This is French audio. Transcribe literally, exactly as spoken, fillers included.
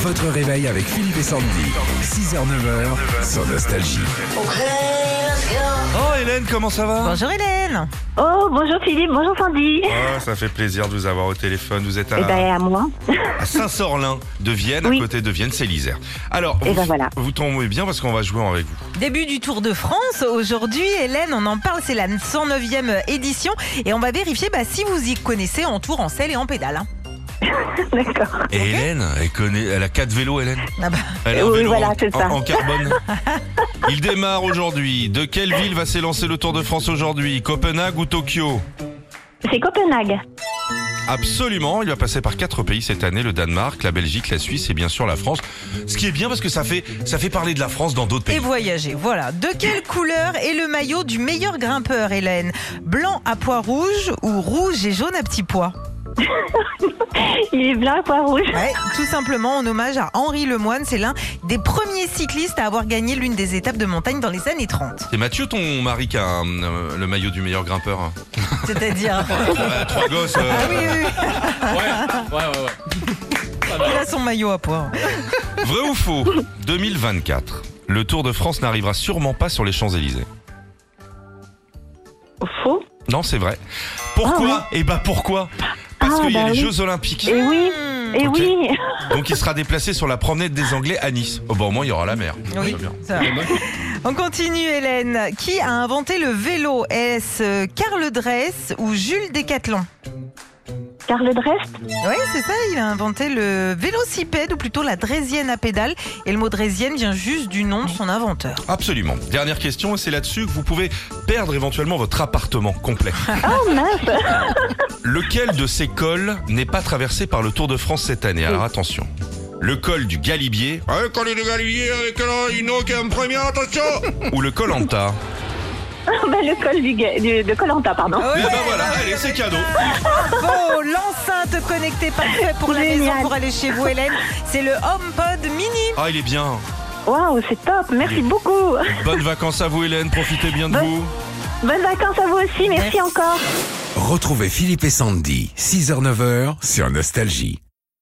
Votre réveil avec Philippe et Sandy. six heures neuf heures sur Nostalgie. Oh Hélène, comment ça va? Bonjour Hélène. Oh, bonjour Philippe, bonjour Sandy. Oh, ça fait plaisir de vous avoir au téléphone. Vous êtes à, Eh ben, à moi. à Saint-Sorlin de Vienne, Oui. à côté de Vienne, c'est l'Isère. Alors, Eh vous, ben, voilà. vous tombez bien parce qu'on va jouer avec vous. Début du Tour de France. Aujourd'hui, Hélène, on en parle, c'est la cent neuvième édition. Et on va vérifier bah, si vous y connaissez en tour, en selle et en pédale. hein. D'accord. Et Hélène, elle, connaît, elle a quatre vélos, Hélène. Ah bah, Elle a un Oui, vélo voilà, en, c'est ça. en- en carbone. Il démarre aujourd'hui. De quelle ville va s'élancer le Tour de France aujourd'hui? Copenhague ou Tokyo? C'est Copenhague. Absolument, il va passer par quatre pays cette année, le Danemark, la Belgique, la Suisse et bien sûr la France. Ce qui est bien parce que ça fait, ça fait parler de la France dans d'autres et pays. voyager, voilà. De quelle couleur est le maillot du meilleur grimpeur, Hélène? Blanc à pois rouge ou rouge et jaune à petits pois? Il est blanc à pois rouge. Ouais, tout simplement en hommage à Henri Lemoine. C'est l'un des premiers cyclistes à avoir gagné l'une des étapes de montagne dans les années trente. C'est Mathieu, ton mari, qui a euh, le maillot du meilleur grimpeur. hein. C'est-à-dire... Euh, trois gosses. euh, Ah oui, oui, oui. Il a son maillot à pois. Vrai ou faux? deux mille vingt-quatre. Le Tour de France n'arrivera sûrement pas sur les Champs-Élysées. Faux. Non, c'est vrai. Pourquoi? Ah Eh ben pourquoi? Parce Ah, qu'il y a bah les oui. Jeux Olympiques. Et oui, et Ok. oui. Donc il sera déplacé sur la promenade des Anglais à Nice. Oh, bah au moins il y aura la mer. Oui, Très bien. ça va. On continue, Hélène. Qui a inventé le vélo? Est-ce Karl Dress ou Jules Décathlon? Karl Drest. Oui, c'est ça. Il a inventé le vélocipède, ou plutôt la draisienne à pédale. Et le mot draisienne vient juste du nom de son inventeur. Absolument. Dernière question, et c'est là-dessus que vous pouvez perdre éventuellement votre appartement complet. Oh mince. Lequel de ces cols n'est pas traversé par le Tour de France cette année? Alors attention. Le col du Galibier. Ah, le col du Galibier avec Hino qui est en premier, attention. Ou le col Anta. Ben, le col du, ga- du- de Colanta, pardon. Et ben voilà, allez, c'est cadeau. Bravo, l'enceinte connectée parfait pour la Génial. maison pour aller chez vous, Hélène. C'est le HomePod Mini. Ah, il est bien. Waouh, c'est top. Merci beaucoup. Bonnes vacances à vous, Hélène. Profitez bien de Bonne- vous. Bonnes vacances à vous aussi. Merci Merci. encore. Retrouvez Philippe et Sandy. six heures neuf heures sur Nostalgie.